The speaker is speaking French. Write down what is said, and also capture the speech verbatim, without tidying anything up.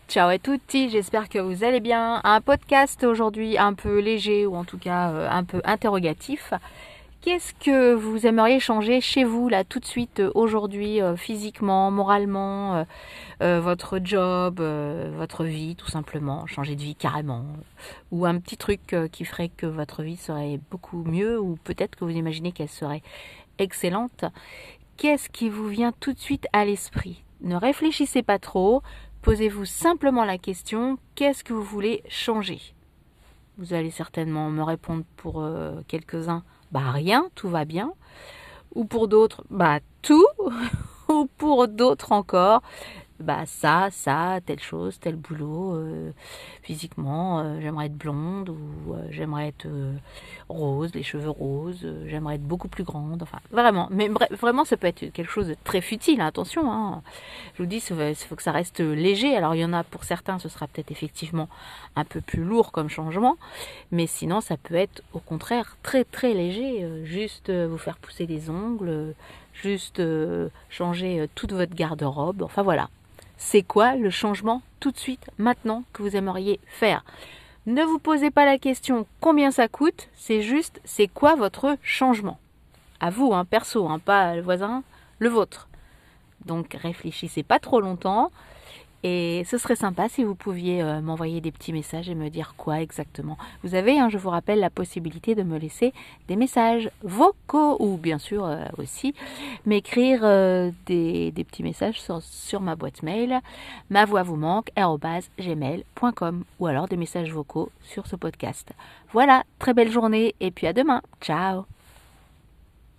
Ciao à tutti, j'espère que vous allez bien. Un podcast aujourd'hui un peu léger ou en tout cas euh, un peu interrogatif. Qu'est-ce que vous aimeriez changer chez vous là tout de suite euh, aujourd'hui, euh, physiquement, moralement, euh, euh, votre job, euh, votre vie tout simplement, changer de vie carrément, ou un petit truc euh, qui ferait que votre vie serait beaucoup mieux ou peut-être que vous imaginez qu'elle serait excellente. Qu'est-ce qui vous vient tout de suite à l'esprit? Ne réfléchissez pas trop. Posez-vous simplement la question, qu'est-ce que vous voulez changer? Vous allez certainement me répondre pour euh, quelques-uns, bah rien, tout va bien. Ou pour d'autres, bah tout. Ou pour d'autres encore, bah ça, ça, telle chose, tel boulot. Euh, physiquement, euh, j'aimerais être blonde ou euh, j'aimerais être euh, rose, les cheveux roses. Euh, j'aimerais être beaucoup plus grande. Enfin, vraiment. Mais bref, vraiment, ça peut être quelque chose de très futile. Hein, attention. Hein. Je vous dis, il faut que ça reste léger. Alors, il y en a pour certains, ce sera peut-être effectivement un peu plus lourd comme changement. Mais sinon, ça peut être au contraire très très léger. Euh, juste euh, vous faire pousser les ongles. Euh, juste euh, changer euh, toute votre garde-robe. Enfin voilà. C'est quoi le changement tout de suite, maintenant, que vous aimeriez faire? Ne vous posez pas la question combien ça coûte, c'est juste c'est quoi votre changement? À vous, hein, perso, hein, pas le voisin, le vôtre. Donc réfléchissez pas trop longtemps et ce serait sympa si vous pouviez euh, m'envoyer des petits messages et me dire quoi exactement. Vous avez, hein, je vous rappelle, la possibilité de me laisser des messages vocaux ou bien sûr euh, aussi m'écrire euh, des, des petits messages sur, sur ma boîte mail ma voix vous manque arobase gmail point com ou alors des messages vocaux sur ce podcast. Voilà, très belle journée et puis à demain. Ciao.